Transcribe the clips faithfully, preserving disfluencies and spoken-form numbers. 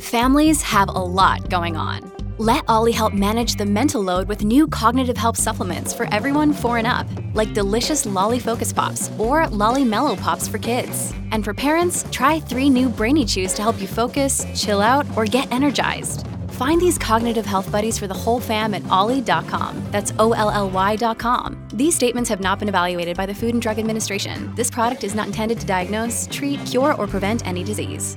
Families have a lot going on. Let Ollie help manage the mental load with new cognitive help supplements for everyone four and up, like delicious Lolly Focus Pops or Lolly Mellow Pops for kids. And for parents, try three new Brainy Chews to help you focus, chill out, or get energized. Find these cognitive health buddies for the whole fam at ollie dot com. That's O L L Y dot com. These statements have not been evaluated by the Food and Drug Administration. This product is not intended to diagnose, treat, cure, or prevent any disease.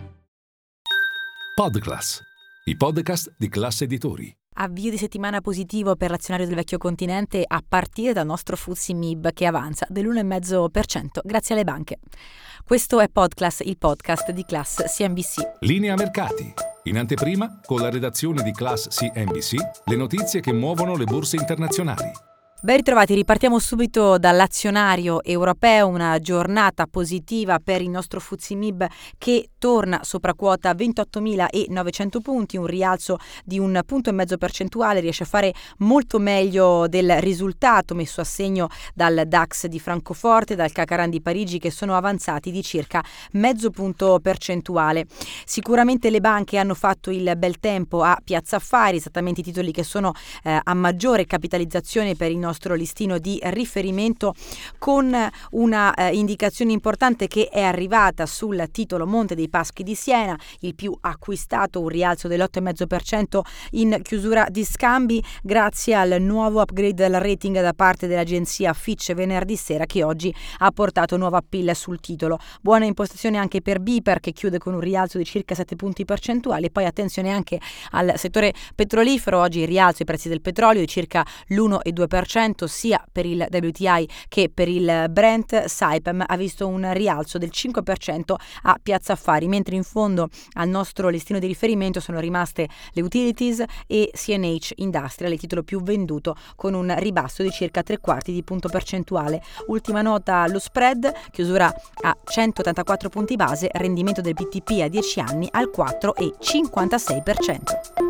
Podclass, i podcast di Class Editori. Avvio di settimana positivo per l'azionario del vecchio continente a partire dal nostro F T S E M I B che avanza dell'uno virgola cinque per cento grazie alle banche. Questo è Podclass, il podcast di Class C N B C. Linea mercati. In anteprima, con la redazione di Class C N B C, le notizie che muovono le borse internazionali. Ben ritrovati, ripartiamo subito dall'azionario europeo, una giornata positiva per il nostro F T S E M I B che torna sopra quota ventottomilanovecento punti, un rialzo di un punto e mezzo percentuale, riesce a fare molto meglio del risultato messo a segno dal DAX di Francoforte, dal Cacaran di Parigi, che sono avanzati di circa mezzo punto percentuale. Sicuramente le banche hanno fatto il bel tempo a Piazza Affari, esattamente i titoli che sono eh, a maggiore capitalizzazione per il nostro listino di riferimento, con una eh, indicazione importante che è arrivata sul titolo Monte dei Paschi di Siena, il più acquistato, un rialzo dell'otto virgola cinque per cento in chiusura di scambi grazie al nuovo upgrade del rating da parte dell'agenzia Fitch venerdì sera, che oggi ha portato nuova appeal sul titolo. Buona impostazione anche per Biper, che chiude con un rialzo di circa sette punti percentuali. Poi attenzione anche al settore petrolifero, oggi il rialzo ai prezzi del petrolio di circa l'uno virgola due per cento sia per il W T I che per il Brent. Saipem ha visto un rialzo del cinque per cento a Piazza Affari, mentre in fondo al nostro listino di riferimento sono rimaste le utilities e C N H Industrial, il titolo più venduto, con un ribasso di circa tre quarti di punto percentuale. Ultima nota, lo spread, chiusura a centottantaquattro punti base, rendimento del B T P a dieci anni al quattro virgola cinquantasei per cento.